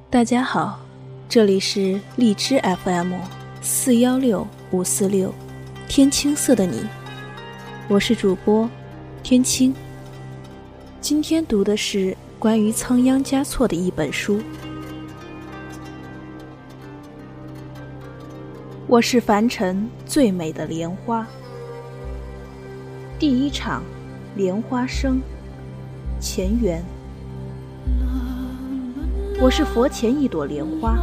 大家好，这里是荔枝 FM416546天青色的你，我是主播天青。今天读的是关于仓央嘉措的一本书。我是凡尘最美的莲花。第一场莲花生，前缘。我是佛前一朵莲花，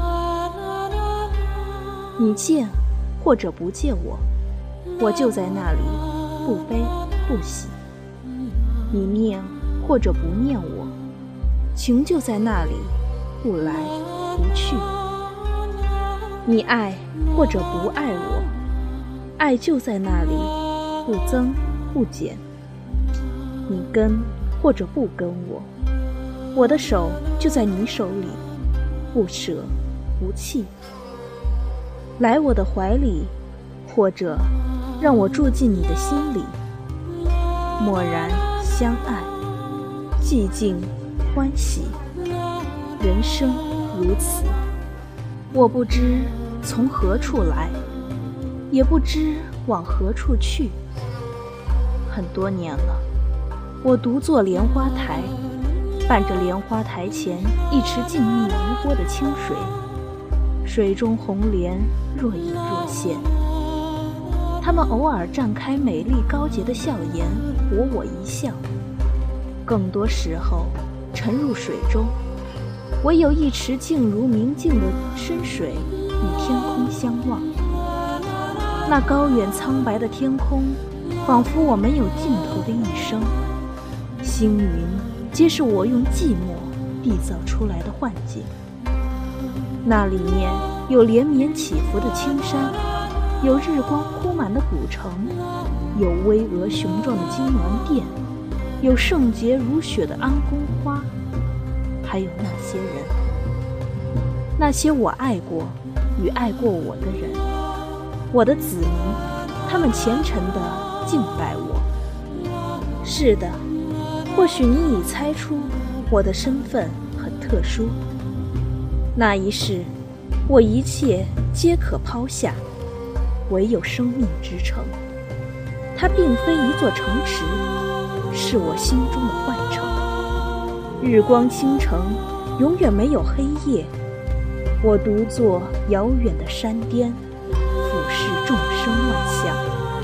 你见或者不见我，我就在那里，不悲不喜。你念或者不念我，情就在那里，不来不去。你爱或者不爱我，爱就在那里，不增不减。你跟或者不跟我，我的手就在你手里，不舍不弃。来我的怀里，或者让我住进你的心里，默然相爱，寂静欢喜。人生如此，我不知从何处来，也不知往何处去。很多年了，我独坐莲花台，伴着莲花台前一池静谧无波的清水，水中红莲若隐若现。它们偶尔绽开美丽高洁的笑颜，博我一笑，更多时候沉入水中。唯有一池静如明镜的深水与天空相望，那高远苍白的天空，仿佛我没有尽头的一生。星云皆是我用寂寞缔造出来的幻境。那里面有连绵起伏的青山，有日光铺满的古城，有巍峨雄壮的金銮殿，有圣洁如雪的安宫花，还有那些人，那些我爱过与爱过我的人，我的子民，他们虔诚地敬拜我。是的，或许你已猜出我的身份很特殊。那一世，我一切皆可抛下，唯有生命之城。它并非一座城池，是我心中的幻城。日光倾城，永远没有黑夜。我独坐遥远的山巅，俯视众生万象。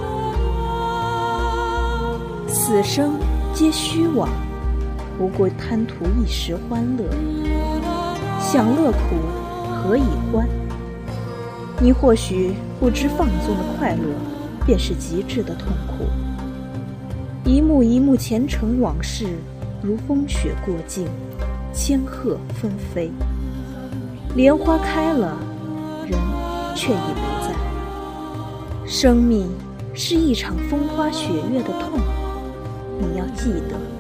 死生皆虚妄，不过贪图一时欢乐。享乐苦，何以欢？你或许不知放纵的快乐，便是极致的痛苦。一幕一幕前尘往事，如风雪过境，千鹤纷飞。莲花开了，人却已不在。生命是一场风花雪月的痛，你要记得。